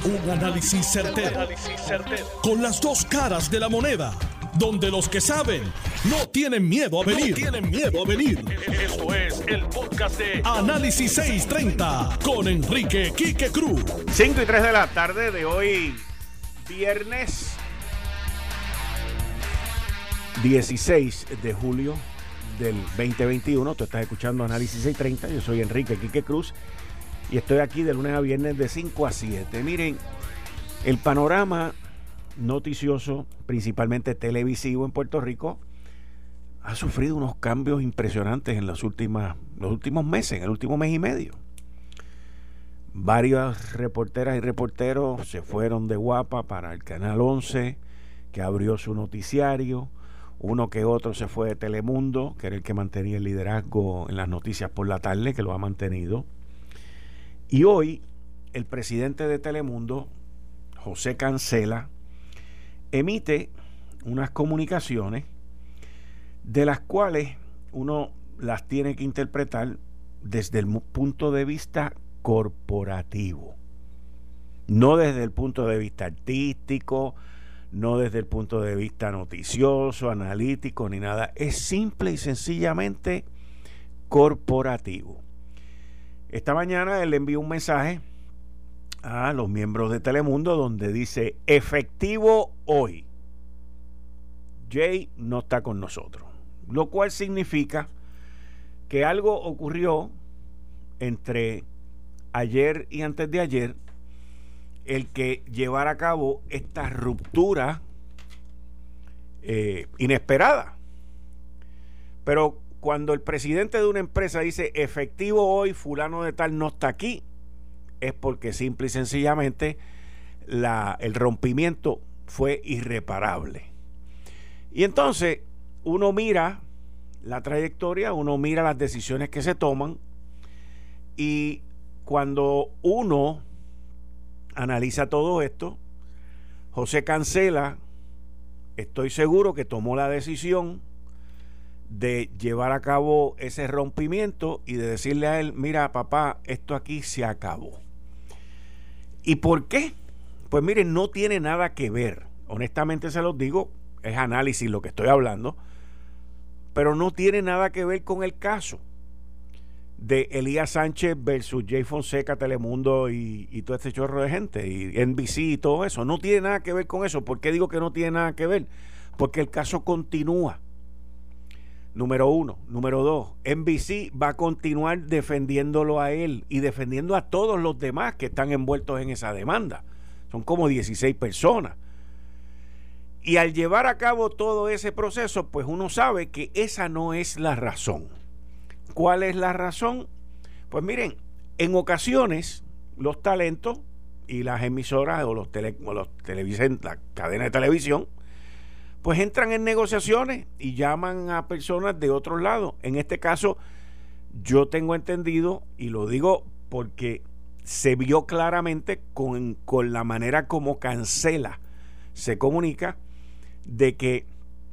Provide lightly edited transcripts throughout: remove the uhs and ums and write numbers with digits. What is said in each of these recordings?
Un análisis certero, con las dos caras de la moneda, donde los que saben no tienen miedo a venir. Esto es el podcast de Análisis 630 con Enrique Quique Cruz. 5:03 de la tarde de hoy, viernes 16 de julio del 2021. Tú estás escuchando Análisis 630. Yo soy Enrique Quique Cruz y estoy aquí de lunes a viernes de 5 a 7. Miren, el panorama noticioso, principalmente televisivo en Puerto Rico, ha sufrido unos cambios impresionantes en los últimos meses, en el último mes y medio. Varias reporteras y reporteros se fueron de Guapa para el Canal 11, que abrió su noticiario. Uno que otro se fue de Telemundo, que era el que mantenía el liderazgo en las noticias por la tarde, que lo ha mantenido. Y hoy, el presidente de Telemundo, José Cancela, emite unas comunicaciones de las cuales uno las tiene que interpretar desde el punto de vista corporativo, no desde el punto de vista artístico, no desde el punto de vista noticioso, analítico, ni nada. Es simple y sencillamente corporativo. Esta mañana él envió un mensaje a los miembros de Telemundo donde dice: efectivo hoy, Jay no está con nosotros, lo cual significa que algo ocurrió entre ayer y antes de ayer, el que llevar a cabo esta ruptura inesperada. Pero cuando el presidente de una empresa dice efectivo hoy, fulano de tal no está aquí, es porque simple y sencillamente el rompimiento fue irreparable. Y entonces uno mira la trayectoria, uno mira las decisiones que se toman, y cuando uno analiza todo esto, José Cancela, estoy seguro que tomó la decisión de llevar a cabo ese rompimiento y de decirle a él: mira, papá, esto aquí se acabó. ¿Y por qué? Pues miren, no tiene nada que ver, honestamente se los digo, es análisis lo que estoy hablando, pero no tiene nada que ver con el caso de Elías Sánchez versus Jay Fonseca, Telemundo y todo este chorro de gente, y NBC y todo eso. No tiene nada que ver con eso. ¿Por qué digo que no tiene nada que ver? Porque el caso continúa. Número uno. Número dos, NBC va a continuar defendiéndolo a él y defendiendo a todos los demás que están envueltos en esa demanda. Son como 16 personas. Y al llevar a cabo todo ese proceso, pues uno sabe que esa no es la razón. ¿Cuál es la razón? Pues miren, en ocasiones los talentos y las emisoras o la cadena de televisión, pues entran en negociaciones y llaman a personas de otros lados. En este caso, yo tengo entendido, y lo digo porque se vio claramente con la manera como Cancela se comunica, de que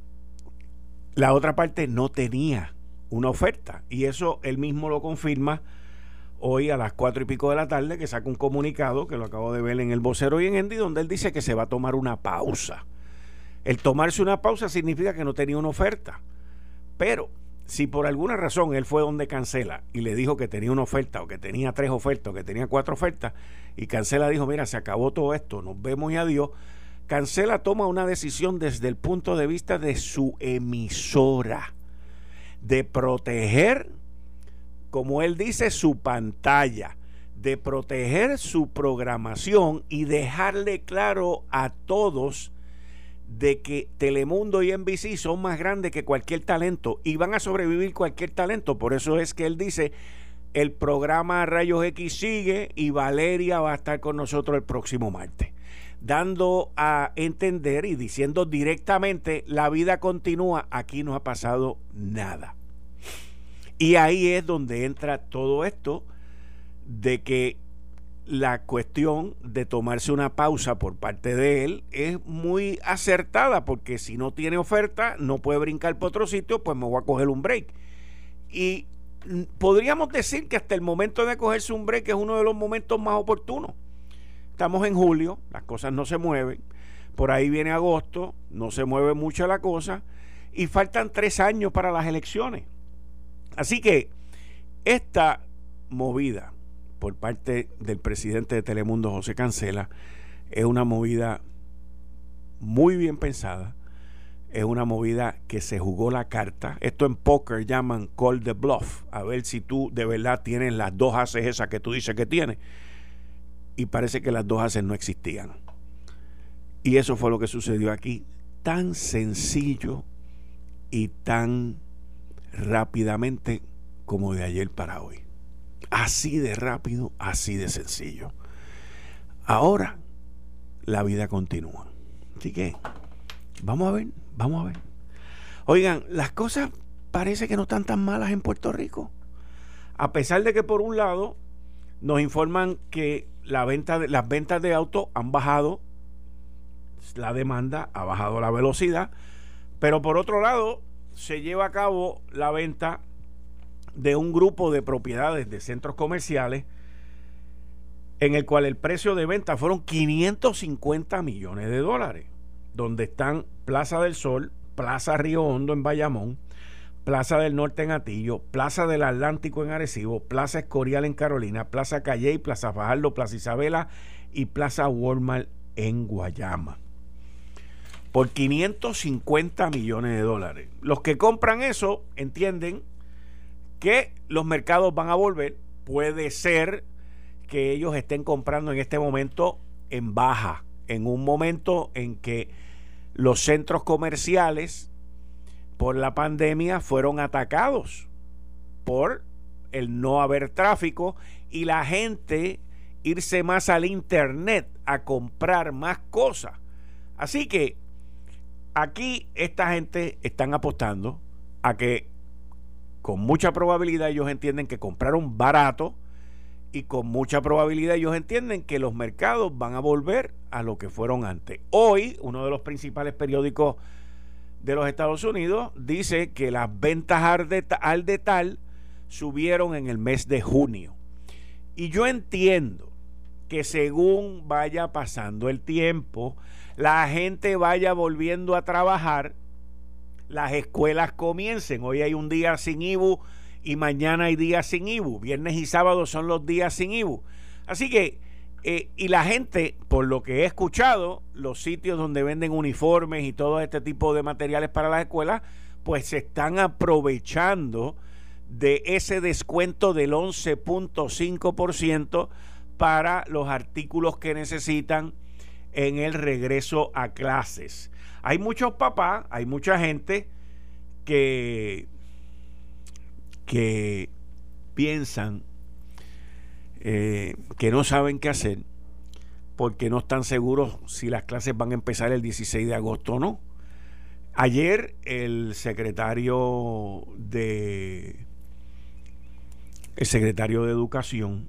la otra parte no tenía una oferta, y eso él mismo lo confirma hoy a las 4 y pico de la tarde, que saca un comunicado que lo acabo de ver en El Vocero y en Endy, donde él dice que se va a tomar una pausa. El tomarse una pausa significa que no tenía una oferta, pero si por alguna razón él fue donde Cancela y le dijo que tenía una oferta, o que tenía 3 ofertas, o que tenía 4 ofertas, y Cancela dijo: mira, se acabó todo esto, nos vemos y adiós, Cancela toma una decisión desde el punto de vista de su emisora, de proteger, como él dice, su pantalla, de proteger su programación y dejarle claro a todos de que Telemundo y NBC son más grandes que cualquier talento y van a sobrevivir cualquier talento. Por eso es que él dice: el programa Rayos X sigue y Valeria va a estar con nosotros el próximo martes, dando a entender y diciendo directamente: la vida continúa, aquí no ha pasado nada. Y ahí es donde entra todo esto de que la cuestión de tomarse una pausa por parte de él es muy acertada, porque si no tiene oferta, no puede brincar por otro sitio, pues me voy a coger un break. Y podríamos decir que hasta el momento de cogerse un break es uno de los momentos más oportunos. estamos en julio, las cosas no se mueven. Por ahí viene agosto, no se mueve mucho la cosa. Y faltan 3 años para las elecciones. Así que esta movida por parte del presidente de Telemundo, José Cancela, es una movida muy bien pensada. Es una movida que se jugó la carta. Esto en póker llaman call the bluff. A ver si tú de verdad tienes las 2 ases esas que tú dices que tienes. Y parece que las 2 ases no existían. Y eso fue lo que sucedió aquí. Tan sencillo y tan rápidamente como de ayer para hoy. Así de rápido, así de sencillo. Ahora la vida continúa. Así que vamos a ver. Oigan, las cosas parece que no están tan malas en Puerto Rico. A pesar de que por un lado nos informan que las ventas de autos han bajado, la demanda ha bajado la velocidad, pero por otro lado se lleva a cabo la venta de un grupo de propiedades de centros comerciales en el cual el precio de venta fueron $550 millones, donde están Plaza del Sol, Plaza Río Hondo en Bayamón, Plaza del Norte en Atillo, Plaza del Atlántico en Arecibo, Plaza Escorial en Carolina, Plaza Calley, Plaza Fajardo, Plaza Isabela y Plaza Walmart en Guayama. Por $550 millones. Los que compran eso entienden que los mercados van a volver. Puede ser que ellos estén comprando en este momento en baja, en un momento en que los centros comerciales por la pandemia fueron atacados por el no haber tráfico y la gente irse más al internet a comprar más cosas. Así que aquí esta gente están apostando a que con mucha probabilidad ellos entienden que compraron barato y con mucha probabilidad ellos entienden que los mercados van a volver a lo que fueron antes. Hoy, uno de los principales periódicos de los Estados Unidos dice que las ventas al detal subieron en el mes de junio. Y yo entiendo que según vaya pasando el tiempo, la gente vaya volviendo a trabajar, las escuelas comiencen. Hoy hay un día sin IBU y mañana hay días sin IBU. Viernes y sábado son los días sin IBU. Así que, y la gente, por lo que he escuchado, los sitios donde venden uniformes y todo este tipo de materiales para las escuelas, pues se están aprovechando de ese descuento del 11.5% para los artículos que necesitan en el regreso a clases. Hay muchos papás, hay mucha gente que piensan que no saben qué hacer porque no están seguros si las clases van a empezar el 16 de agosto o no. Ayer el secretario de Educación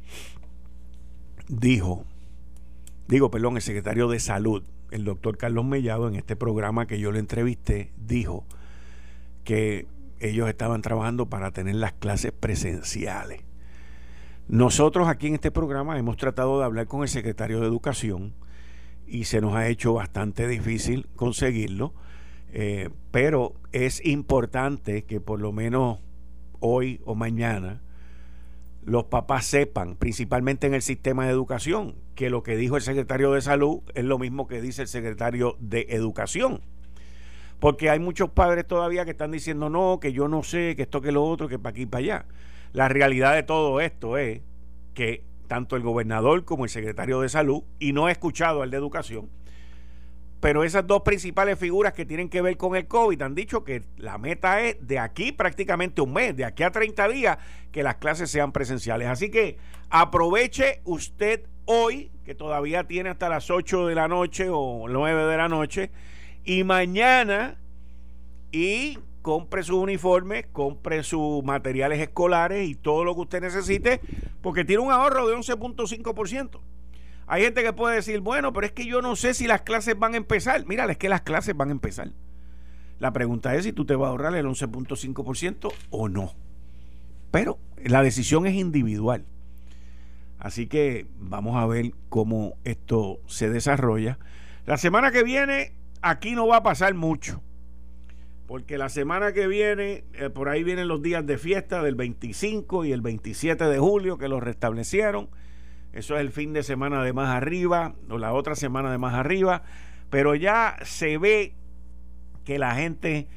el secretario de Salud, el doctor Carlos Mellado, en este programa que yo le entrevisté, dijo que ellos estaban trabajando para tener las clases presenciales. Nosotros aquí en este programa hemos tratado de hablar con el secretario de Educación y se nos ha hecho bastante difícil conseguirlo, pero es importante que por lo menos hoy o mañana los papás sepan, principalmente en el sistema de educación, que lo que dijo el secretario de Salud es lo mismo que dice el secretario de Educación. Porque hay muchos padres todavía que están diciendo no, que yo no sé, que esto, que lo otro, que para aquí y para allá. La realidad de todo esto es que tanto el gobernador como el secretario de Salud, y no he escuchado al de Educación, pero esas dos principales figuras que tienen que ver con el COVID han dicho que la meta es de aquí prácticamente un mes, de aquí a 30 días, que las clases sean presenciales. Así que aproveche usted hoy, que todavía tiene hasta las 8 de la noche o 9 de la noche, y mañana, y compre sus uniformes, compre sus materiales escolares y todo lo que usted necesite, porque tiene un ahorro de 11.5%. Hay gente que puede decir, bueno, pero es que yo no sé si las clases van a empezar. Mira, es que las clases van a empezar. La pregunta es si tú te vas a ahorrar el 11.5% o no. Pero la decisión es individual. Así que vamos a ver cómo esto se desarrolla. La semana que viene aquí no va a pasar mucho, porque la semana que viene, por ahí vienen los días de fiesta del 25 y el 27 de julio que los restablecieron. Eso es el fin de semana de más arriba, o la otra semana de más arriba, pero ya se ve que la gente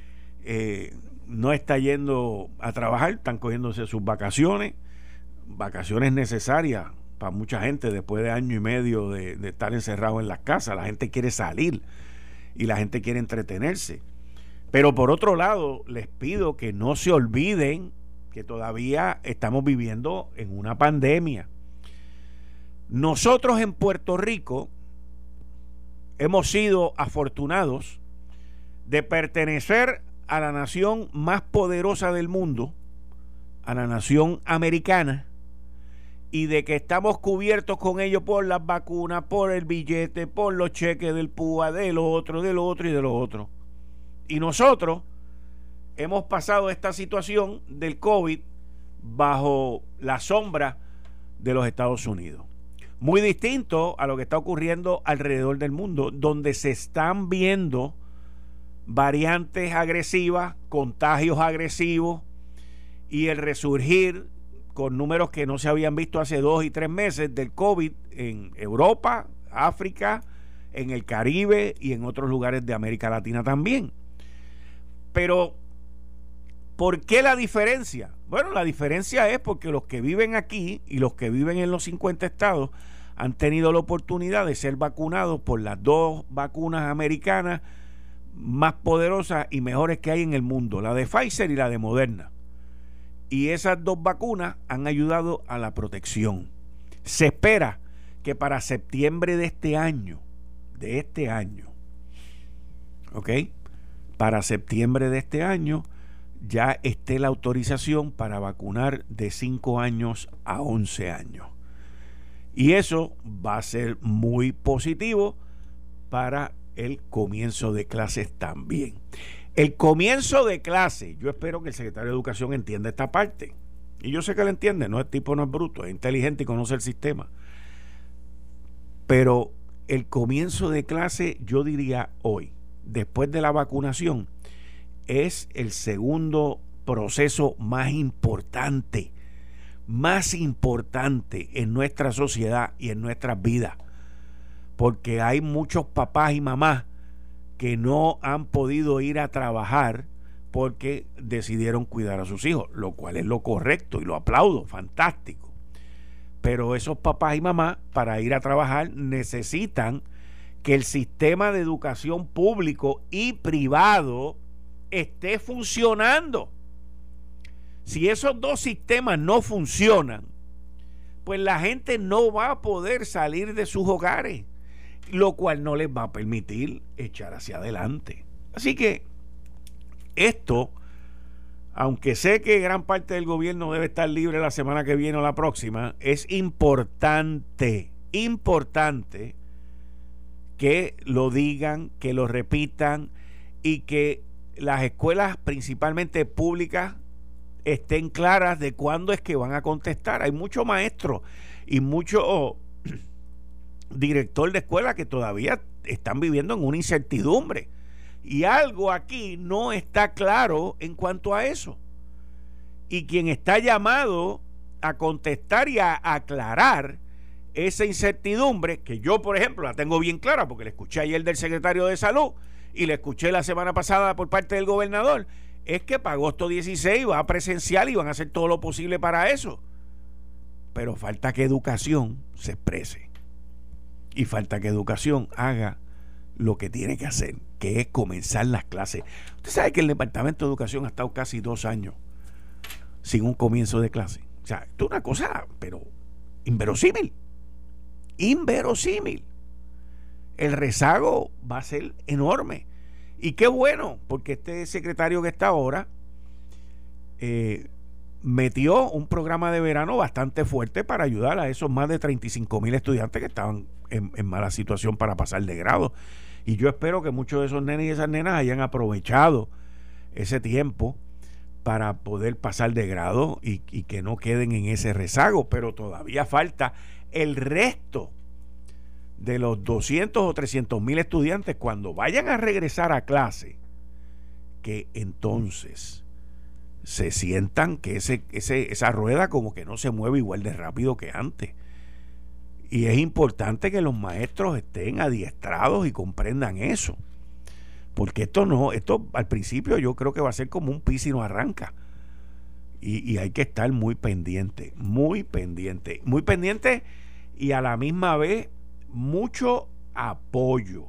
no está yendo a trabajar, están cogiéndose sus vacaciones necesarias para mucha gente después de año y medio de estar encerrado en las casas. La gente quiere salir y la gente quiere entretenerse. Pero por otro lado, les pido que no se olviden que todavía estamos viviendo en una pandemia. Nosotros en Puerto Rico hemos sido afortunados de pertenecer a la nación más poderosa del mundo, a la nación americana, y de que estamos cubiertos con ellos por las vacunas, por el billete, por los cheques del PUA, de lo otro y de lo otro. Y nosotros hemos pasado esta situación del COVID bajo la sombra de los Estados Unidos. Muy distinto a lo que está ocurriendo alrededor del mundo, donde se están viendo variantes agresivas, contagios agresivos y el resurgir con números que no se habían visto hace 2 y 3 meses del COVID en Europa, África, en el Caribe y en otros lugares de América Latina también. Pero, ¿por qué la diferencia? Bueno, la diferencia es porque los que viven aquí y los que viven en los 50 estados han tenido la oportunidad de ser vacunados por las 2 vacunas americanas más poderosas y mejores que hay en el mundo, la de Pfizer y la de Moderna. Y esas 2 vacunas han ayudado a la protección. Se espera que para septiembre de este año, ¿ok? Para septiembre de este año ya esté la autorización para vacunar de 5 años a 11 años. Y eso va a ser muy positivo para el comienzo de clases también. El comienzo de clase, yo espero que el secretario de Educación entienda esta parte. Y yo sé que lo entiende, no es tipo, no es bruto, es inteligente y conoce el sistema. Pero el comienzo de clase, yo diría hoy, después de la vacunación, es el segundo proceso más importante en nuestra sociedad y en nuestras vidas. Porque hay muchos papás y mamás que no han podido ir a trabajar porque decidieron cuidar a sus hijos, lo cual es lo correcto y lo aplaudo, fantástico. Pero esos papás y mamás, para ir a trabajar, necesitan que el sistema de educación público y privado esté funcionando. Si esos 2 sistemas no funcionan, pues la gente no va a poder salir de sus hogares, lo cual no les va a permitir echar hacia adelante. Así que esto, aunque sé que gran parte del gobierno debe estar libre la semana que viene o la próxima, es importante que lo digan, que lo repitan y que las escuelas, principalmente públicas, estén claras de cuándo es que van a contestar. Hay muchos maestros y muchos director de escuela que todavía están viviendo en una incertidumbre y algo aquí no está claro en cuanto a eso, y quien está llamado a contestar y a aclarar esa incertidumbre, que yo por ejemplo la tengo bien clara porque la escuché ayer del secretario de Salud y la escuché la semana pasada por parte del gobernador, es que para agosto 16 va a presencial y van a hacer todo lo posible para eso, pero falta que educación se exprese. Y falta que educación haga lo que tiene que hacer, que es comenzar las clases. Usted sabe que el Departamento de Educación ha estado casi 2 años sin un comienzo de clase. O sea, esto es una cosa, pero inverosímil. El rezago va a ser enorme. Y qué bueno, porque este secretario que está ahora metió un programa de verano bastante fuerte para ayudar a esos más de 35,000 estudiantes que estaban en mala situación para pasar de grado. Y yo espero que muchos de esos nenes y esas nenas hayan aprovechado ese tiempo para poder pasar de grado y que no queden en ese rezago, pero todavía falta el resto de los 200 o 300 mil estudiantes cuando vayan a regresar a clase, que entonces se sientan que esa rueda como que no se mueve igual de rápido que antes. Y es importante que los maestros estén adiestrados y comprendan eso, porque esto al principio yo creo que va a ser como un pis y no arranca, y hay que estar muy pendiente, y a la misma vez mucho apoyo,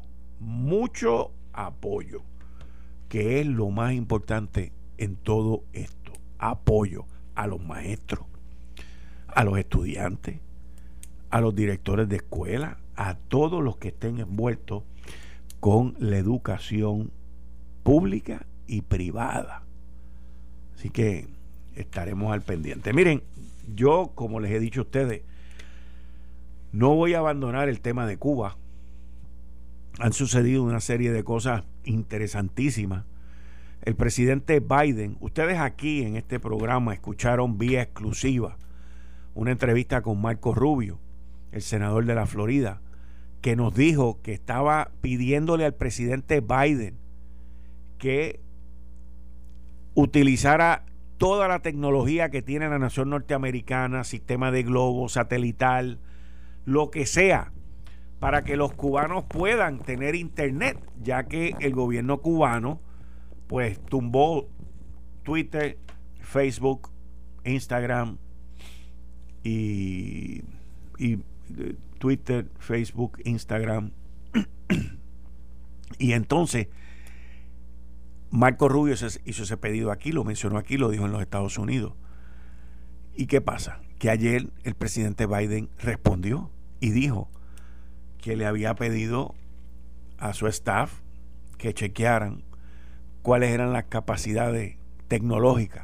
que es lo más importante en todo esto. Apoyo a los maestros, a los estudiantes, a los directores de escuela, a todos los que estén envueltos con la educación pública y privada. Así que estaremos al pendiente. Miren, yo, como les he dicho a ustedes, no voy a abandonar el tema de Cuba. Han sucedido una serie de cosas interesantísimas. El presidente Biden, ustedes aquí en este programa escucharon vía exclusiva una entrevista con Marco Rubio, el senador de la Florida, que nos dijo que estaba pidiéndole al presidente Biden que utilizara toda la tecnología que tiene la nación norteamericana, sistema de globo, satelital, lo que sea, para que los cubanos puedan tener internet, ya que el gobierno cubano pues tumbó Twitter, Facebook, Instagram y Twitter, Facebook, Instagram. Y entonces Marco Rubio hizo ese pedido aquí, lo mencionó aquí, lo dijo en los Estados Unidos. ¿Y qué pasa? Que ayer el presidente Biden respondió y dijo que le había pedido a su staff que chequearan cuáles eran las capacidades tecnológicas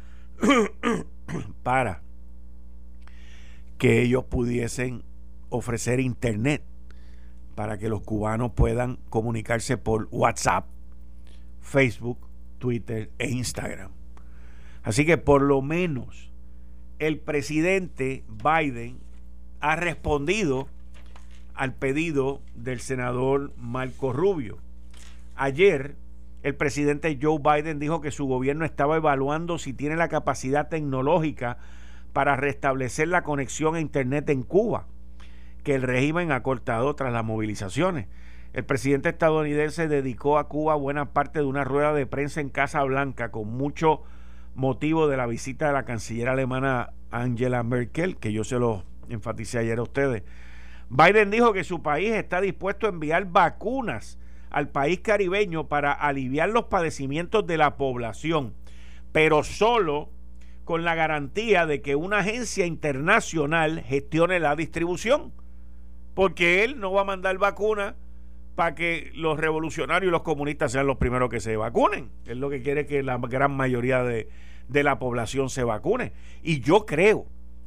para que ellos pudiesen ofrecer internet para que los cubanos puedan comunicarse por WhatsApp, Facebook, Twitter e Instagram. Así que por lo menos el presidente Biden ha respondido al pedido del senador Marco Rubio. Ayer el presidente Joe Biden dijo que su gobierno estaba evaluando si tiene la capacidad tecnológica para restablecer la conexión a internet en Cuba, que el régimen ha cortado tras las movilizaciones. El presidente estadounidense dedicó a Cuba buena parte de una rueda de prensa en Casa Blanca con mucho motivo de la visita de la canciller alemana Angela Merkel, que yo se lo enfaticé ayer a ustedes. Biden dijo que su país está dispuesto a enviar vacunas al país caribeño para aliviar los padecimientos de la población, pero solo con la garantía de que una agencia internacional gestione la distribución, porque él no va a mandar vacunas para que los revolucionarios y los comunistas sean los primeros que se vacunen. Él lo que quiere es que la gran mayoría de la población se vacune. Y yo creo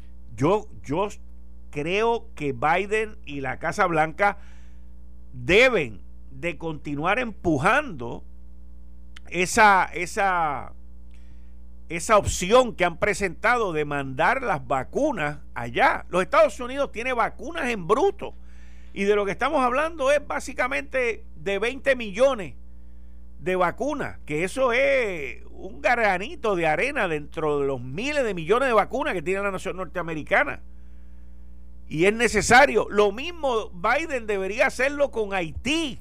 que Biden y la Casa Blanca deben de continuar empujando esa opción que han presentado de mandar las vacunas allá. Los Estados Unidos tiene vacunas en bruto, y de lo que estamos hablando es básicamente de 20 millones de vacunas, que eso es un granito de arena dentro de los miles de millones de vacunas que tiene la nación norteamericana. Y es necesario. Lo mismo Biden debería hacerlo con Haití.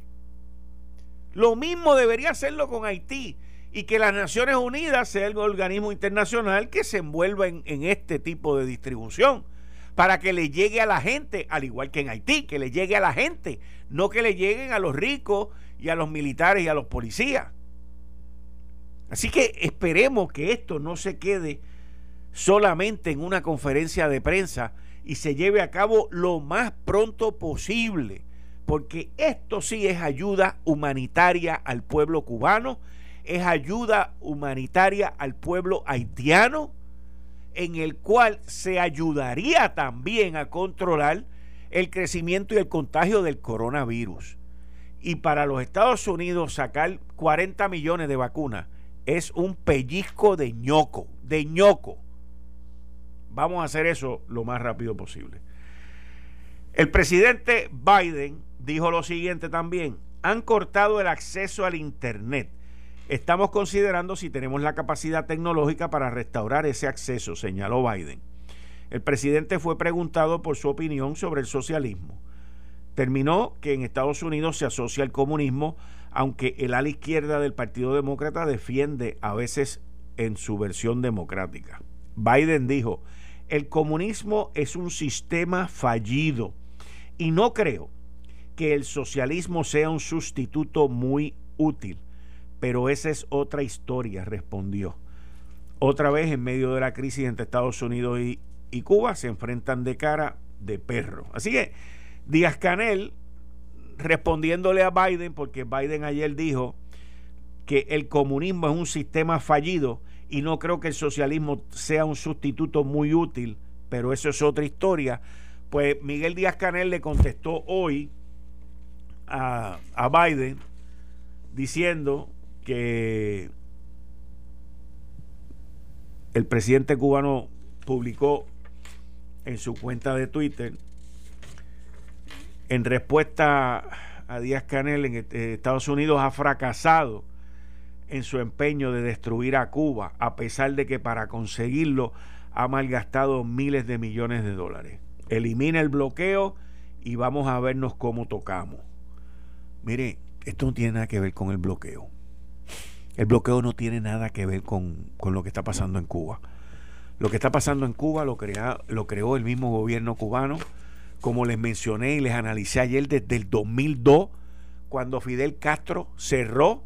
Y que las Naciones Unidas sea el organismo internacional que se envuelva en este tipo de distribución, para que le llegue a la gente, al igual que en Haití, que le llegue a la gente, no que le lleguen a los ricos y a los militares y a los policías. Así que esperemos que esto no se quede solamente en una conferencia de prensa y se lleve a cabo lo más pronto posible, porque esto sí es ayuda humanitaria al pueblo cubano, es ayuda humanitaria al pueblo haitiano, en el cual se ayudaría también a controlar el crecimiento y el contagio del coronavirus. Y para los Estados Unidos sacar 40 millones de vacunas es un pellizco de ñoco, de ñoco. Vamos a hacer eso lo más rápido posible. El presidente Biden dijo lo siguiente también: han cortado el acceso al internet. Estamos considerando si tenemos la capacidad tecnológica para restaurar ese acceso, señaló Biden. El presidente fue preguntado por su opinión sobre el socialismo. Terminó que en Estados Unidos se asocia al comunismo, aunque el ala izquierda del Partido Demócrata defiende a veces en su versión democrática. Biden dijo: el comunismo es un sistema fallido y no creo que el socialismo sea un sustituto muy útil, pero esa es otra historia, respondió. Otra vez, en medio de la crisis entre Estados Unidos y Cuba, se enfrentan de cara de perro. Así que Díaz-Canel, respondiéndole a Biden, porque Biden ayer dijo que el comunismo es un sistema fallido y no creo que el socialismo sea un sustituto muy útil, pero eso es otra historia. Pues Miguel Díaz-Canel le contestó hoy a Biden diciendo que el presidente cubano publicó en su cuenta de Twitter, en respuesta a Díaz-Canel, en Estados Unidos ha fracasado en su empeño de destruir a Cuba, a pesar de que para conseguirlo ha malgastado miles de millones de dólares. Elimina el bloqueo y vamos a vernos cómo tocamos. Mire, esto no tiene nada que ver con el bloqueo. El bloqueo no tiene nada que ver con lo que está pasando en Cuba. Lo que está pasando en Cuba lo creó el mismo gobierno cubano, como les mencioné y les analicé ayer, desde el 2002, cuando Fidel Castro cerró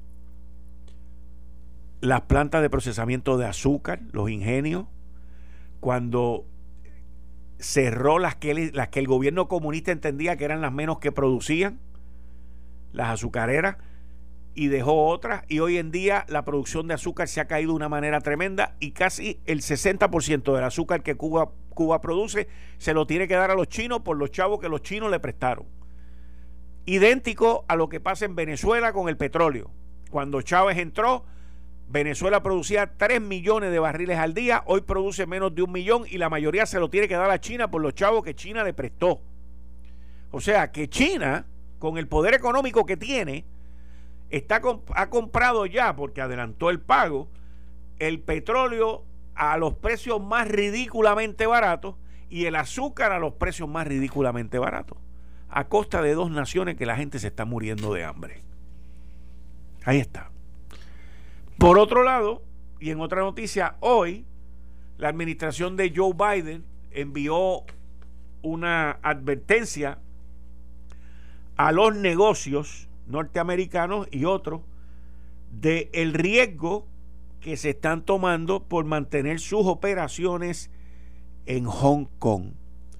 las plantas de procesamiento de azúcar, los ingenios, cuando cerró las que el gobierno comunista entendía que eran las menos que producían, las azucareras, y dejó otras, y hoy en día la producción de azúcar se ha caído de una manera tremenda y casi el 60% del azúcar que Cuba produce se lo tiene que dar a los chinos por los chavos que los chinos le prestaron. Idéntico a lo que pasa en Venezuela con el petróleo. Cuando Chávez entró, Venezuela producía 3 millones de barriles al día, hoy produce menos de 1 millón y la mayoría se lo tiene que dar a China por los chavos que China le prestó. O sea que China, con el poder económico que tiene, ha comprado ya, porque adelantó el pago, el petróleo a los precios más ridículamente baratos y el azúcar a los precios más ridículamente baratos, a costa de dos naciones que la gente se está muriendo de hambre. Ahí está. Por otro lado, y en otra noticia, hoy la administración de Joe Biden envió una advertencia a los negocios norteamericanos y otros de el riesgo que se están tomando por mantener sus operaciones en Hong Kong.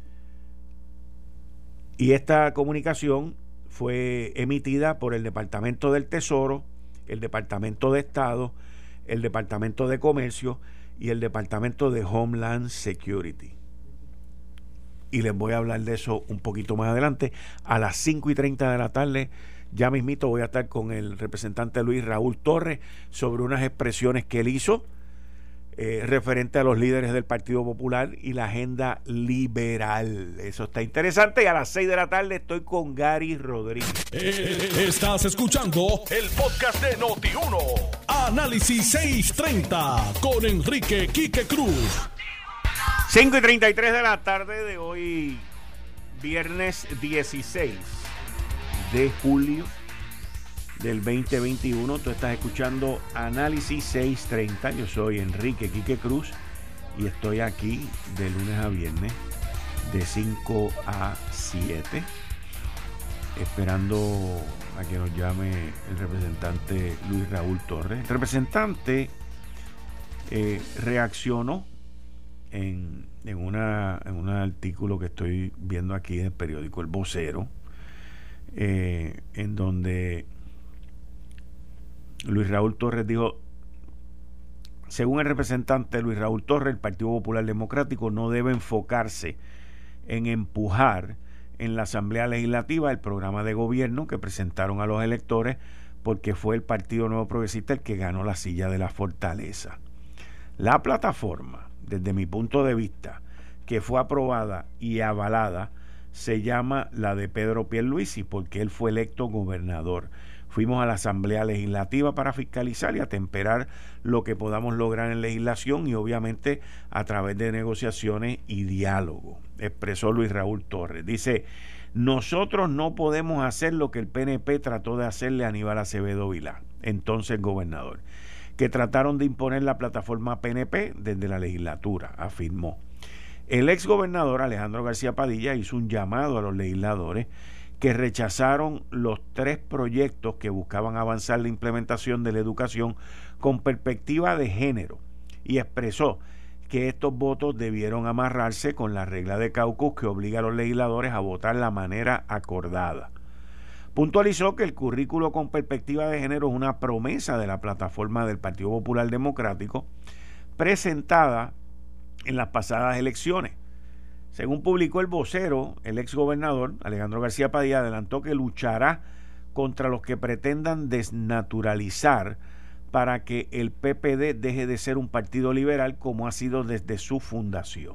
Y esta comunicación fue emitida por el Departamento del Tesoro, el Departamento de Estado, el Departamento de Comercio y el Departamento de Homeland Security. Y les voy a hablar de eso un poquito más adelante. A las 5:30 de la tarde, ya mismito voy a estar con el representante Luis Raúl Torres sobre unas expresiones que él hizo referente a los líderes del Partido Popular y la agenda liberal. Eso está interesante. Y a las 6 de la tarde estoy con Gary Rodríguez. Estás escuchando el podcast de Noti1. Análisis 630 con Enrique Quique Cruz. 5:33 de la tarde de hoy, viernes 16 de julio del 2021. Tú estás escuchando Análisis 630. Yo soy Enrique Quique Cruz y estoy aquí de lunes a viernes de 5 a 7 esperando a que nos llame el representante Luis Raúl Torres. El representante reaccionó en un artículo que estoy viendo aquí en el periódico El Vocero, en donde Luis Raúl Torres dijo: según el representante Luis Raúl Torres, el Partido Popular Democrático no debe enfocarse en empujar en la Asamblea Legislativa el programa de gobierno que presentaron a los electores porque fue el Partido Nuevo Progresista el que ganó la silla de la fortaleza. La plataforma, desde mi punto de vista, que fue aprobada y avalada, se llama la de Pedro Pierluisi, porque él fue electo gobernador. Fuimos a la Asamblea Legislativa para fiscalizar y atemperar lo que podamos lograr en legislación y obviamente a través de negociaciones y diálogo, expresó Luis Raúl Torres. Dice: nosotros no podemos hacer lo que el PNP trató de hacerle a Aníbal Acevedo Vilá, entonces gobernador, que trataron de imponer la plataforma PNP desde la legislatura, afirmó. El exgobernador Alejandro García Padilla hizo un llamado a los legisladores que rechazaron los 3 proyectos que buscaban avanzar la implementación de la educación con perspectiva de género y expresó que estos votos debieron amarrarse con la regla de caucus que obliga a los legisladores a votar de la manera acordada. Puntualizó que el currículo con perspectiva de género es una promesa de la plataforma del Partido Popular Democrático presentada en las pasadas elecciones. Según publicó El Vocero, el exgobernador Alejandro García Padilla adelantó que luchará contra los que pretendan desnaturalizar para que el PPD deje de ser un partido liberal como ha sido desde su fundación.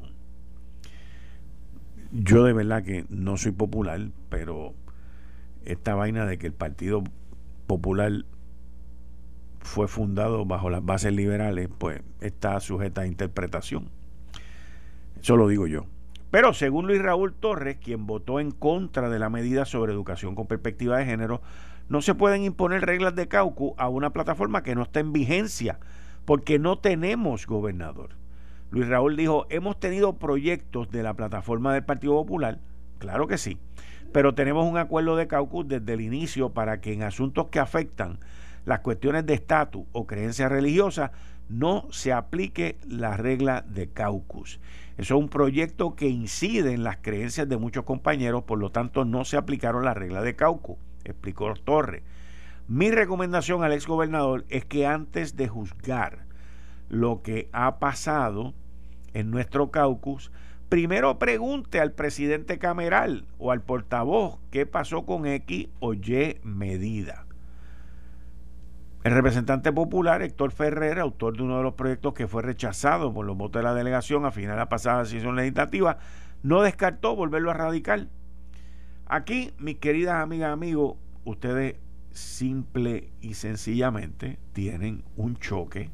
Yo de verdad que no soy popular, pero esta vaina de que el Partido Popular fue fundado bajo las bases liberales, pues está sujeta a interpretación. Eso lo digo yo. Pero según Luis Raúl Torres, quien votó en contra de la medida sobre educación con perspectiva de género, no se pueden imponer reglas de caucus a una plataforma que no está en vigencia, porque no tenemos gobernador. Luis Raúl dijo: hemos tenido proyectos de la plataforma del Partido Popular, claro que sí, pero tenemos un acuerdo de caucus desde el inicio para que en asuntos que afectan las cuestiones de estatus o creencias religiosas no se aplique la regla de caucus. Eso es un proyecto que incide en las creencias de muchos compañeros, por lo tanto no se aplicaron las reglas de caucus, explicó Torres. Mi recomendación al exgobernador es que antes de juzgar lo que ha pasado en nuestro caucus, primero pregunte al presidente cameral o al portavoz qué pasó con X o Y medida. El representante popular Héctor Ferrer, autor de uno de los proyectos que fue rechazado por los votos de la delegación a final de la pasada sesión legislativa, no descartó volverlo a radicar. Aquí, mis queridas amigas y amigos, ustedes simple y sencillamente tienen un choque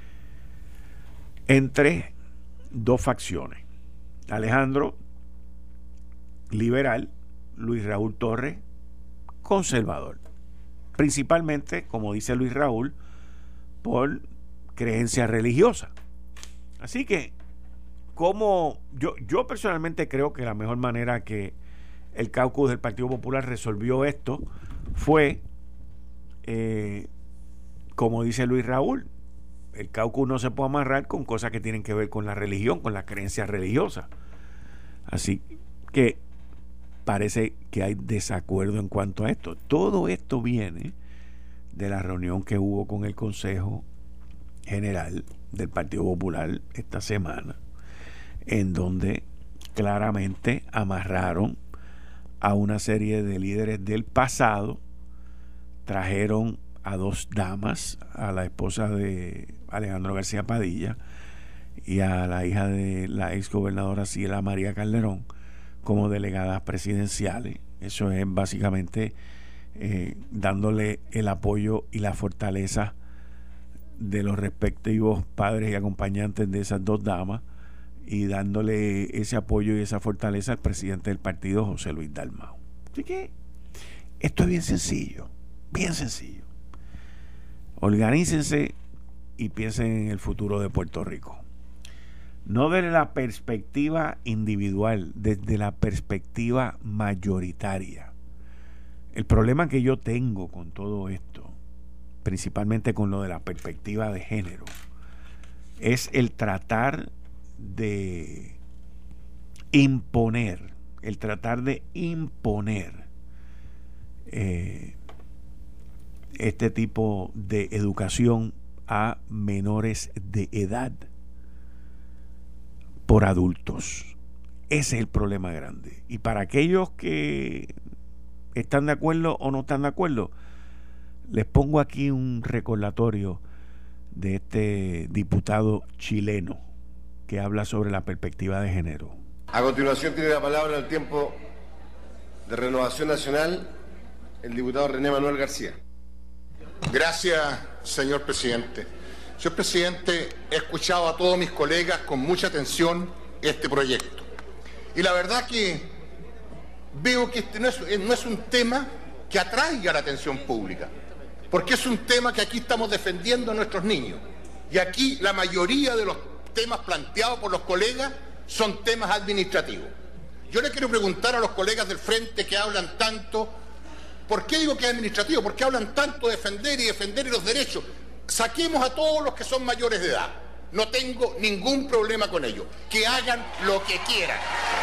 entre 2 facciones. Alejandro, liberal; Luis Raúl Torres, conservador. Principalmente, como dice Luis Raúl, por creencia religiosa. Así que, como yo personalmente creo que la mejor manera que el caucus del Partido Popular resolvió esto fue, como dice Luis Raúl, el caucus no se puede amarrar con cosas que tienen que ver con la religión, con las creencias religiosas. Así que parece que hay desacuerdo en cuanto a esto. Todo esto viene de la reunión que hubo con el Consejo General del Partido Popular esta semana, en donde claramente amarraron a una serie de líderes del pasado, trajeron a 2 damas, a la esposa de Alejandro García Padilla y a la hija de la exgobernadora Ciela María Calderón, como delegadas presidenciales. Eso es básicamente dándole el apoyo y la fortaleza de los respectivos padres y acompañantes de esas 2 damas, y dándole ese apoyo y esa fortaleza al presidente del partido, José Luis Dalmau. Así que esto es bien sencillo, bien sencillo. Organícense y piensen en el futuro de Puerto Rico. No desde la perspectiva individual, desde la perspectiva mayoritaria. El problema que yo tengo con todo esto, principalmente con lo de la perspectiva de género, es el tratar de imponer este tipo de educación a menores de edad por adultos. Ese es el problema grande. Y para aquellos que están de acuerdo o no están de acuerdo, Les pongo aquí un recordatorio de este diputado chileno que habla sobre la perspectiva de género. A continuación tiene la palabra en el tiempo de Renovación Nacional el diputado René Manuel García. Gracias, señor presidente. Señor presidente, he escuchado a todos mis colegas con mucha atención este proyecto. Y la verdad que veo que este no es un tema que atraiga la atención pública, porque es un tema que aquí estamos defendiendo a nuestros niños. Y aquí la mayoría de los temas planteados por los colegas son temas administrativos. Yo le quiero preguntar a los colegas del Frente que hablan tanto, ¿por qué digo que es administrativo? ¿Por qué hablan tanto de defender los derechos? Saquemos a todos los que son mayores de edad. No tengo ningún problema con ello. Que hagan lo que quieran.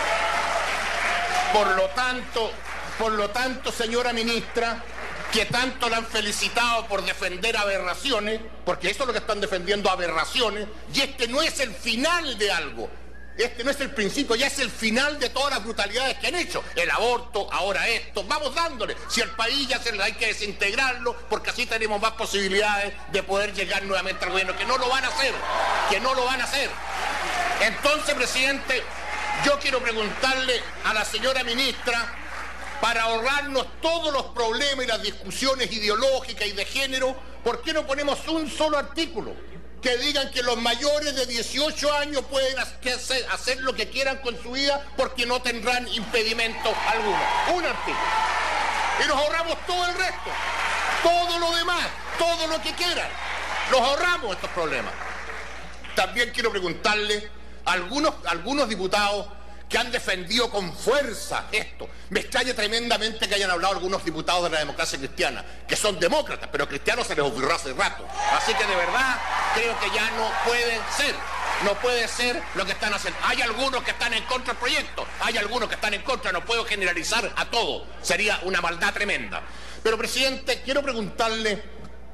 Por lo tanto, señora ministra, que tanto la han felicitado por defender aberraciones, porque eso es lo que están defendiendo, aberraciones, y este no es el final de algo. Este no es el principio, ya es el final de todas las brutalidades que han hecho. El aborto, ahora esto, vamos dándole. Si el país ya hay que desintegrarlo, porque así tenemos más posibilidades de poder llegar nuevamente al gobierno, que no lo van a hacer. Entonces, presidente, yo quiero preguntarle a la señora ministra, para ahorrarnos todos los problemas y las discusiones ideológicas y de género, ¿por qué no ponemos un solo artículo que digan que los mayores de 18 años pueden hacer lo que quieran con su vida porque no tendrán impedimento alguno? Un artículo. Y nos ahorramos todo el resto, todo lo demás, todo lo que quieran. Nos ahorramos estos problemas. También quiero preguntarle a algunos diputados que han defendido con fuerza esto. Me extraña tremendamente que hayan hablado algunos diputados de la democracia cristiana, que son demócratas, pero cristianos se les ocurrió hace rato. Así que de verdad creo que ya no puede ser lo que están haciendo. Hay algunos que están en contra del proyecto, hay algunos que están en contra, no puedo generalizar a todos, sería una maldad tremenda. Pero, presidente, quiero preguntarle,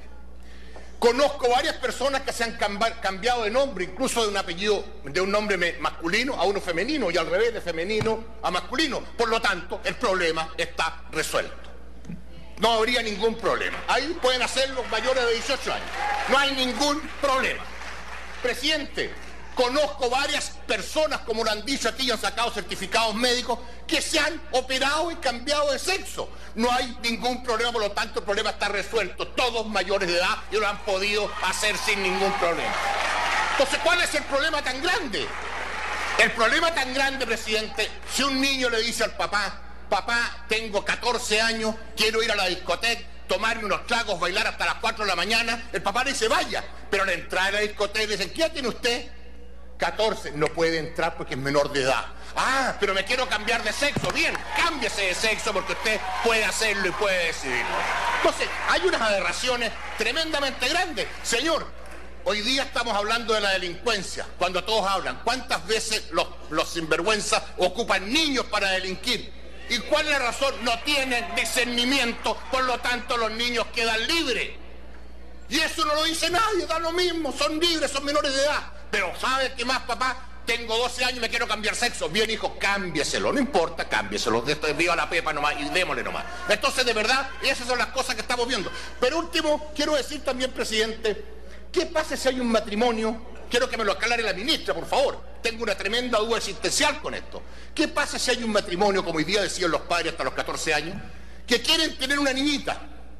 conozco varias personas que se han cambiado de nombre, incluso de un apellido, de un nombre masculino a uno femenino y al revés, de femenino a masculino. Por lo tanto, el problema está resuelto. No habría ningún problema. Ahí pueden hacer los mayores de 18 años. No hay ningún problema. Presidente, conozco varias personas, como lo han dicho aquí, y han sacado certificados médicos, que se han operado y cambiado de sexo. No hay ningún problema, por lo tanto el problema está resuelto. Todos mayores de edad y lo han podido hacer sin ningún problema. Entonces, ¿cuál es el problema tan grande? El problema tan grande, presidente, si un niño le dice al papá, papá, tengo 14 años, quiero ir a la discoteca, tomarme unos tragos, bailar hasta las 4 de la mañana, el papá le dice, vaya, pero al entrar a la discoteca le dicen, ¿qué edad tiene usted? 14, no puede entrar porque es menor de edad. Ah, pero me quiero cambiar de sexo. Bien, cámbiese de sexo porque usted puede hacerlo y puede decidirlo. Entonces, hay unas aberraciones tremendamente grandes. Señor, hoy día estamos hablando de la delincuencia, cuando todos hablan. ¿Cuántas veces los sinvergüenzas ocupan niños para delinquir? ¿Y cuál es la razón? No tienen discernimiento, por lo tanto los niños quedan libres. Y eso no lo dice nadie, da lo mismo, son libres, son menores de edad. Pero ¿sabe qué más, papá? Tengo 12 años y me quiero cambiar sexo. Bien, hijo, cámbieselo, no importa, cámbieselo. Viva la pepa nomás y démosle nomás. Entonces, de verdad, esas son las cosas que estamos viendo. Pero último, quiero decir también, presidente, ¿qué pasa si hay un matrimonio? Quiero que me lo aclare la ministra, por favor. Tengo una tremenda duda existencial con esto. ¿Qué pasa si hay un matrimonio, como hoy día decían los padres hasta los 14 años, que quieren tener una niñita?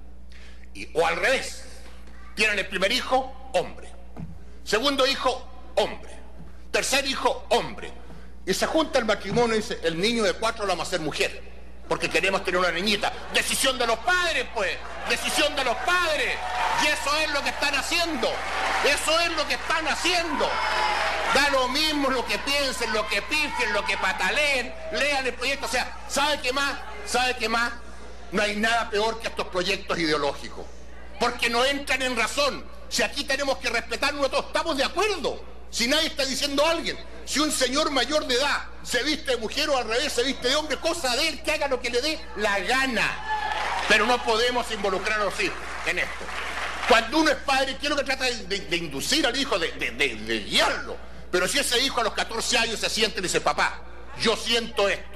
O al revés, tienen el primer hijo, hombre. Segundo hijo, hombre. Tercer hijo, hombre. Y se junta el matrimonio y dice, el niño de 4 lo vamos a hacer mujer, porque queremos tener una niñita. Decisión de los padres, pues. Decisión de los padres. Y eso es lo que están haciendo. Eso es lo que están haciendo. Da lo mismo lo que piensen, lo que pifien, lo que pataleen, lean el proyecto. O sea, ¿sabe qué más? ¿Sabe qué más? No hay nada peor que estos proyectos ideológicos. Porque no entran en razón. Si aquí tenemos que respetarnos todos, estamos de acuerdo. Si nadie está diciendo a alguien, si un señor mayor de edad se viste de mujer o al revés se viste de hombre, cosa de él, que haga lo que le dé la gana. Pero no podemos involucrarnos en esto. Cuando uno es padre, quiero que trata de inducir al hijo, de guiarlo. Pero si ese hijo a los 14 años se siente y dice, papá, yo siento esto,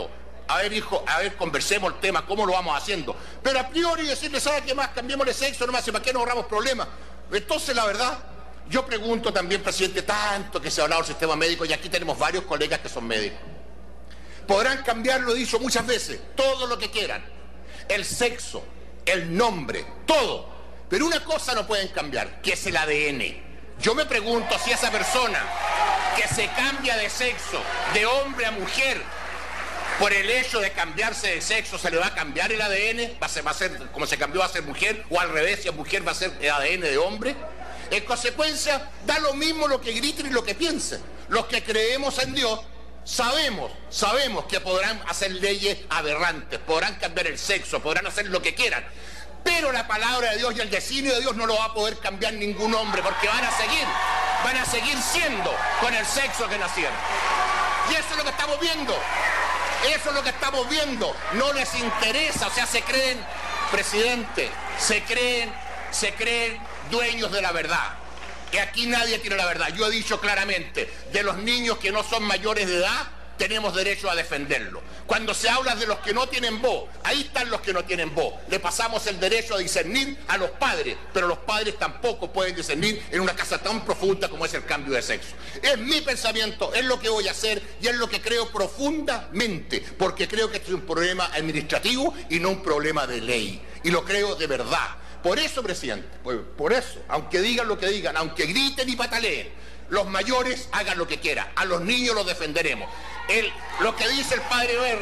A ver, hijo, a ver, conversemos el tema, cómo lo vamos haciendo. Pero a priori decirle, ¿sabe qué más? Cambiémosle sexo nomás, ¿para qué nos ahorramos problemas? Entonces, la verdad, yo pregunto también, presidente, tanto que se ha hablado del sistema médico, y aquí tenemos varios colegas que son médicos. Podrán cambiar, lo he dicho muchas veces, todo lo que quieran. El sexo, el nombre, todo. Pero una cosa no pueden cambiar, que es el ADN. Yo me pregunto si esa persona que se cambia de sexo, de hombre a mujer, por el hecho de cambiarse de sexo, ¿se le va a cambiar el ADN? ¿Va a ser como se cambió, va a ser mujer? ¿O al revés, si es mujer va a ser el ADN de hombre? En consecuencia, da lo mismo lo que griten y lo que piensen. Los que creemos en Dios, sabemos que podrán hacer leyes aberrantes, podrán cambiar el sexo, podrán hacer lo que quieran. Pero la palabra de Dios y el designio de Dios no lo va a poder cambiar ningún hombre, porque van a seguir siendo con el sexo que nacieron. Y eso es lo que estamos viendo. Eso es lo que estamos viendo. No les interesa, o sea, se creen, presidente, se creen dueños de la verdad. Que aquí nadie tiene la verdad. Yo he dicho claramente, de los niños que no son mayores de edad, tenemos derecho a defenderlo. Cuando se habla de los que no tienen voz, ahí están los que no tienen voz. Le pasamos el derecho a discernir a los padres, pero los padres tampoco pueden discernir en una casa tan profunda como es el cambio de sexo. Es mi pensamiento, es lo que voy a hacer y es lo que creo profundamente, porque creo que este es un problema administrativo y no un problema de ley. Y lo creo de verdad. Por eso, presidente, por eso, aunque digan lo que digan, aunque griten y pataleen, los mayores hagan lo que quieran, a los niños los defenderemos. Lo que dice el padre Ver...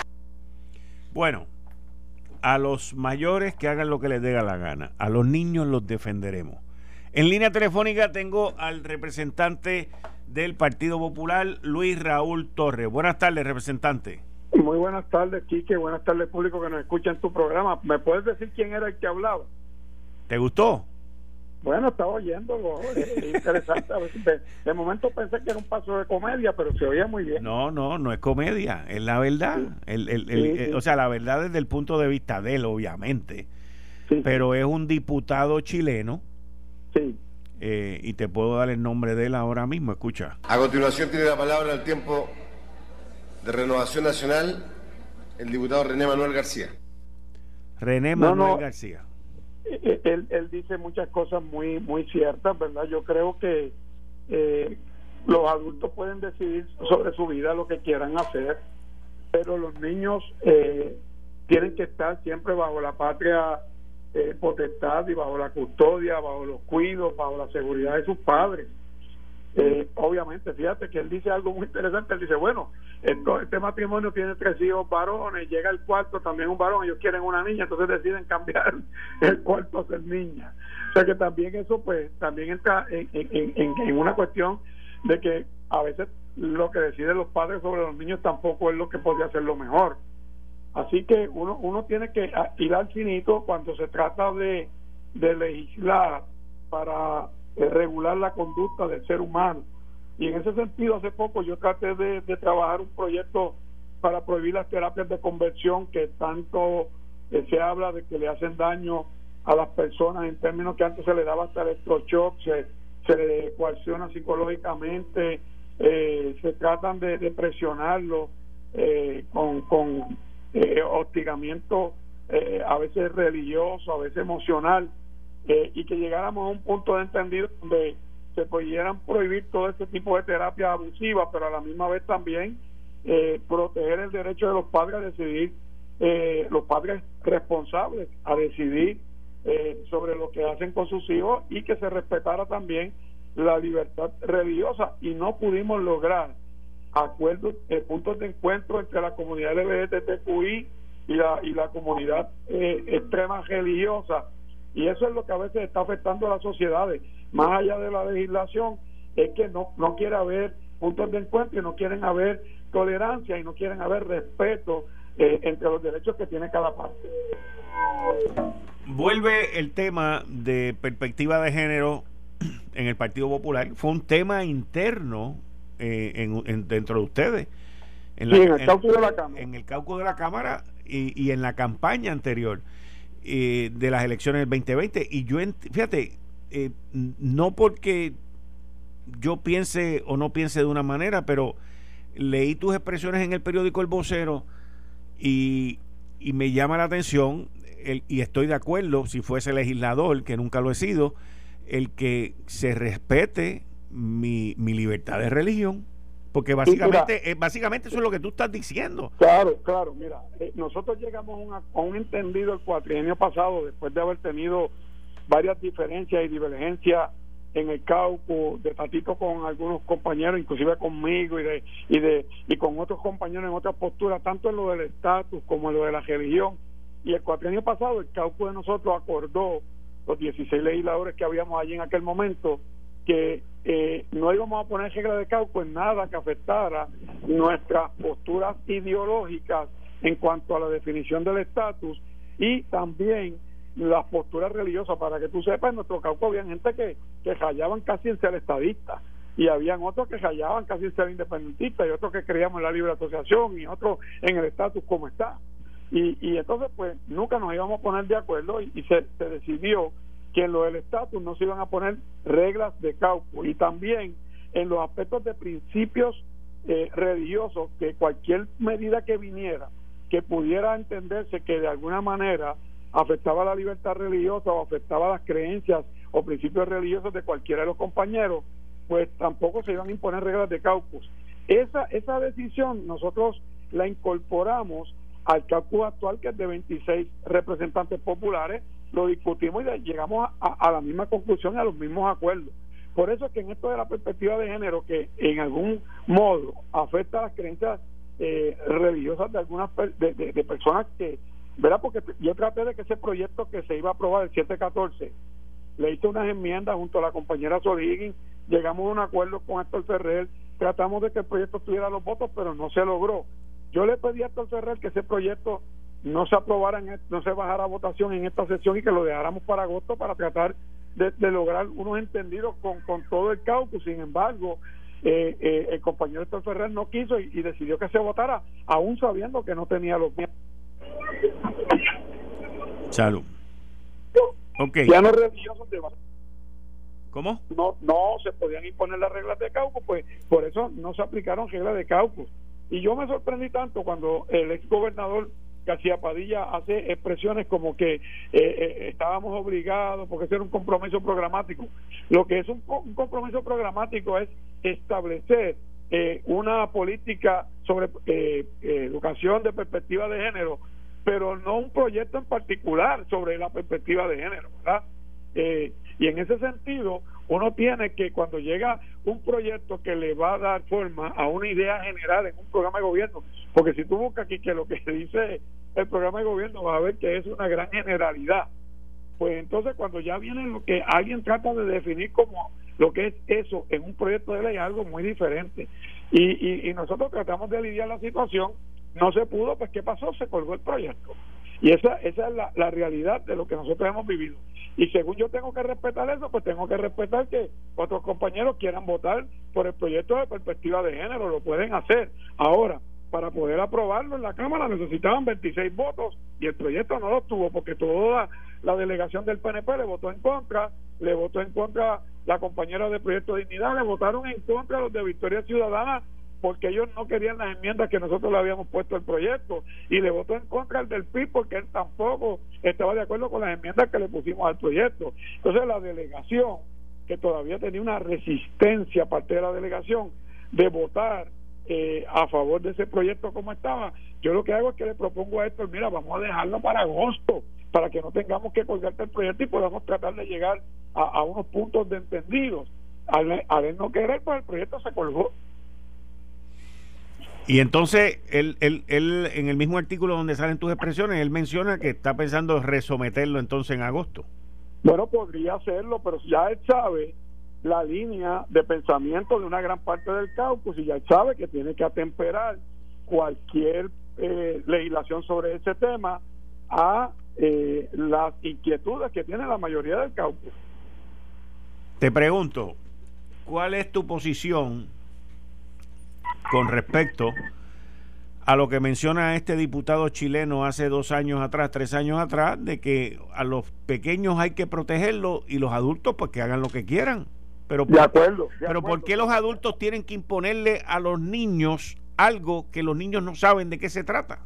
Bueno, a los mayores que hagan lo que les dé la gana, a los niños los defenderemos. En línea telefónica tengo al representante del Partido Popular, Luis Raúl Torres. Buenas tardes, representante. Muy buenas tardes, Quique. Buenas tardes, público que nos escucha en tu programa. ¿Me puedes decir quién era el que hablaba? ¿Te gustó? Bueno, estaba oyéndolo, es interesante. De momento pensé que era un paso de comedia, pero se oía muy bien. No es comedia, es la verdad. Sí. O sea, la verdad desde el punto de vista de él, obviamente. Sí. Pero es un diputado chileno. Sí. Y te puedo dar el nombre de él ahora mismo, escucha. A continuación tiene la palabra al tiempo de Renovación Nacional el diputado René Manuel García. García. Él dice muchas cosas muy ciertas, ¿verdad? Yo creo que los adultos pueden decidir sobre su vida lo que quieran hacer, pero los niños tienen que estar siempre bajo la patria potestad y bajo la custodia, bajo los cuidados, bajo la seguridad de sus padres. Obviamente, fíjate que él dice algo muy interesante. Él dice, bueno, este matrimonio tiene 3 hijos varones, llega el cuarto también un varón, ellos quieren una niña, entonces deciden cambiar el cuarto a ser niña. O sea que también eso pues también entra en una cuestión de que a veces lo que deciden los padres sobre los niños tampoco es lo que podría ser lo mejor. Así que uno tiene que ir al finito cuando se trata de legislar para regular la conducta del ser humano. Y en ese sentido, hace poco yo traté de trabajar un proyecto para prohibir las terapias de conversión, que tanto se habla de que le hacen daño a las personas, en términos que antes se le daba hasta electroshock, se le coacciona psicológicamente, se tratan de presionarlo con hostigamiento a veces religioso, a veces emocional, y que llegáramos a un punto de entendido donde se pudieran prohibir todo este tipo de terapias abusivas, pero a la misma vez también proteger el derecho de los padres a decidir, los padres responsables a decidir sobre lo que hacen con sus hijos, y que se respetara también la libertad religiosa. Y no pudimos lograr acuerdos, puntos de encuentro entre la comunidad LGBTQI y la comunidad extrema religiosa. Y eso es lo que a veces está afectando a las sociedades, más allá de la legislación, es que no quiere haber puntos de encuentro, y no quieren haber tolerancia, y no quieren haber respeto entre los derechos que tiene cada parte. Vuelve el tema de perspectiva de género en el Partido Popular. Fue un tema interno dentro de ustedes. En el caucus de la Cámara. En el caucus de la Cámara y en la campaña anterior de las elecciones del 2020. Y yo, fíjate, no porque yo piense o no piense de una manera, pero leí tus expresiones en el periódico El Vocero y me llama la atención, y estoy de acuerdo, si fuese legislador, que nunca lo he sido, el que se respete mi libertad de religión, porque básicamente eso es lo que tú estás diciendo. Claro, mira, nosotros llegamos a un entendido el cuatrienio pasado, después de haber tenido varias diferencias y divergencias en el caucus, de Tatito con algunos compañeros, inclusive conmigo y con otros compañeros en otras posturas, tanto en lo del estatus como en lo de la religión. Y el cuatrienio pasado el caucus de nosotros acordó, los 16 legisladores que habíamos allí en aquel momento, que no íbamos a poner reglas de caucus en nada que afectara nuestras posturas ideológicas en cuanto a la definición del estatus y también las posturas religiosas. Para que tú sepas, en nuestro caucus había gente que rayaban casi en ser estadistas, y habían otros que rayaban casi en ser independentistas, y otros que creíamos en la libre asociación, y otros en el estatus como está. Y entonces pues nunca nos íbamos a poner de acuerdo, y se decidió que en lo del estatus no se iban a poner reglas de caucus, y también en los aspectos de principios religiosos, que cualquier medida que viniera que pudiera entenderse que de alguna manera afectaba la libertad religiosa o afectaba las creencias o principios religiosos de cualquiera de los compañeros, pues tampoco se iban a imponer reglas de caucus. Esa decisión nosotros la incorporamos al caucus actual, que es de 26 representantes populares. Lo discutimos y llegamos a la misma conclusión, a los mismos acuerdos. Por eso es que en esto de la perspectiva de género, que en algún modo afecta a las creencias religiosas de algunas de personas que, ¿verdad? Porque yo traté de que ese proyecto que se iba a aprobar el 714, le hice unas enmiendas junto a la compañera Sol Higgins, llegamos a un acuerdo con Héctor Ferrer, tratamos de que el proyecto tuviera los votos, pero no se logró. Yo le pedí a Héctor Ferrer que ese proyecto no se aprobara, no se bajara a votación en esta sesión, y que lo dejáramos para agosto para tratar de lograr unos entendidos con todo el caucus. Sin embargo, el compañero Héctor Ferrer no quiso y decidió que se votara, aún sabiendo que no tenía los miembros. Salud. Okay. Ya no religiosos de... ¿Cómo? No se podían imponer las reglas de caucus, pues por eso no se aplicaron reglas de caucus. Y yo me sorprendí tanto cuando el ex gobernador García Padilla hace expresiones como que estábamos obligados, porque ese era un compromiso programático. Lo que es un compromiso programático es establecer una política sobre educación de perspectiva de género, pero no un proyecto en particular sobre la perspectiva de género, ¿verdad? Y en ese sentido, uno tiene que, cuando llega un proyecto que le va a dar forma a una idea general en un programa de gobierno, porque si tú buscas aquí que lo que dice el programa de gobierno, vas a ver que es una gran generalidad. Pues entonces, cuando ya viene lo que alguien trata de definir como lo que es eso en un proyecto de ley, es algo muy diferente. Y nosotros tratamos de lidiar la situación, no se pudo, pues ¿qué pasó? Se colgó el proyecto. Y esa es la realidad de lo que nosotros hemos vivido. Y según yo tengo que respetar eso, pues tengo que respetar que otros compañeros quieran votar por el proyecto de perspectiva de género, lo pueden hacer. Ahora, para poder aprobarlo en la Cámara necesitaban 26 votos y el proyecto no lo obtuvo, porque toda la delegación del PNP le votó en contra la compañera de Proyecto de Dignidad, le votaron en contra los de Victoria Ciudadana, porque ellos no querían las enmiendas que nosotros le habíamos puesto al proyecto, y le votó en contra el del PIB porque él tampoco estaba de acuerdo con las enmiendas que le pusimos al proyecto. Entonces la delegación, que todavía tenía una resistencia parte de la delegación de votar a favor de ese proyecto como estaba, yo lo que hago es que le propongo a Héctor, mira, vamos a dejarlo para agosto, para que no tengamos que colgarte el proyecto y podamos tratar de llegar a unos puntos de entendidos. Al él no querer, pues el proyecto se colgó. Y entonces él en el mismo artículo donde salen tus expresiones, él menciona que está pensando resometerlo entonces en agosto. Bueno, podría hacerlo, pero ya él sabe la línea de pensamiento de una gran parte del caucus, y ya él sabe que tiene que atemperar cualquier legislación sobre ese tema a las inquietudes que tiene la mayoría del caucus. Te pregunto, ¿cuál es tu posición con respecto a lo que menciona este diputado chileno hace 2 años atrás, 3 años atrás, de que a los pequeños hay que protegerlos y los adultos pues que hagan lo que quieran? Pero de acuerdo. ¿por qué los adultos tienen que imponerle a los niños algo que los niños no saben de qué se trata?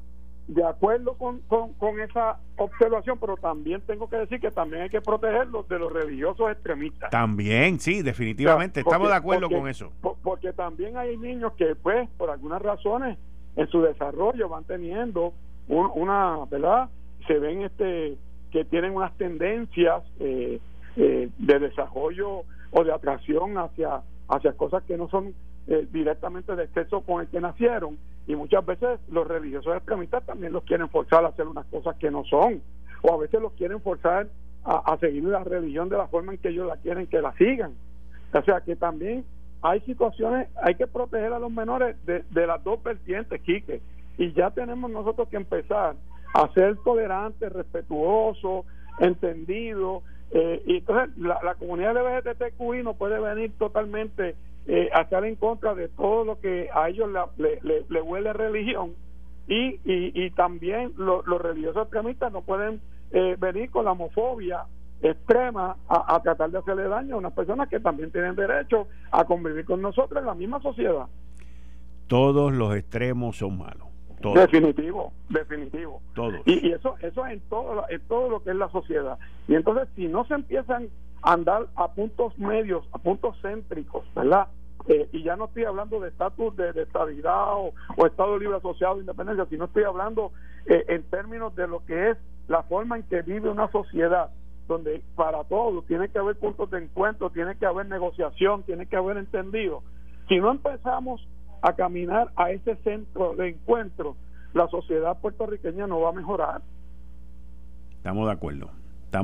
de acuerdo con esa observación, pero también tengo que decir que también hay que protegerlos de los religiosos extremistas. También, sí, definitivamente, estamos de acuerdo con eso. Porque también hay niños que, pues, por algunas razones en su desarrollo van teniendo una, ¿verdad? Se ven que tienen unas tendencias de desarrollo o de atracción hacia cosas que no son directamente de sexo con el que nacieron, y muchas veces los religiosos extremistas también los quieren forzar a hacer unas cosas que no son, o a veces los quieren forzar a seguir la religión de la forma en que ellos la quieren que la sigan. O sea que también hay situaciones, hay que proteger a los menores de las dos vertientes, Quique, y ya tenemos nosotros que empezar a ser tolerantes, respetuosos, entendidos, y entonces la comunidad LGBTQI no puede venir totalmente a estar en contra de todo lo que a ellos le huele religión, y también los religiosos extremistas no pueden venir con la homofobia extrema a tratar de hacerle daño a unas personas que también tienen derecho a convivir con nosotros en la misma sociedad. Todos los extremos son malos. Todos. Definitivo. Todos. Y eso es en todo lo que es la sociedad. Y entonces, si no se empiezan a andar a puntos medios, a puntos céntricos, ¿verdad? Y ya no estoy hablando de estatus de estabilidad o Estado libre asociado de independencia, sino estoy hablando en términos de lo que es la forma en que vive una sociedad, donde para todos tiene que haber puntos de encuentro, tiene que haber negociación, tiene que haber entendido. Si no empezamos a caminar a ese centro de encuentro, la sociedad puertorriqueña no va a mejorar. Estamos de acuerdo.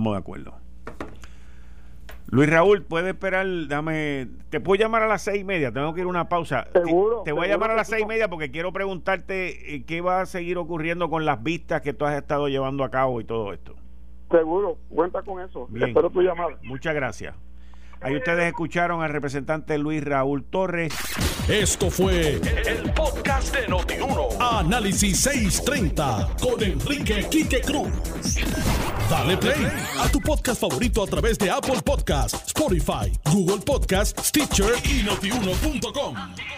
Luis Raúl, puede esperar, te puedo llamar a las 6:30, tengo que ir a una pausa. Seguro. Te voy a llamar a las 6:30 porque quiero preguntarte qué va a seguir ocurriendo con las vistas que tú has estado llevando a cabo y todo esto. Seguro, cuenta con eso. Bien. Espero tu llamada. Muchas gracias. Ahí ustedes escucharon al representante Luis Raúl Torres. Esto fue el podcast de Noti1. Análisis 630 con Enrique Quique Cruz. Dale play a tu podcast favorito a través de Apple Podcasts, Spotify, Google Podcasts, Stitcher y Notiuno.com.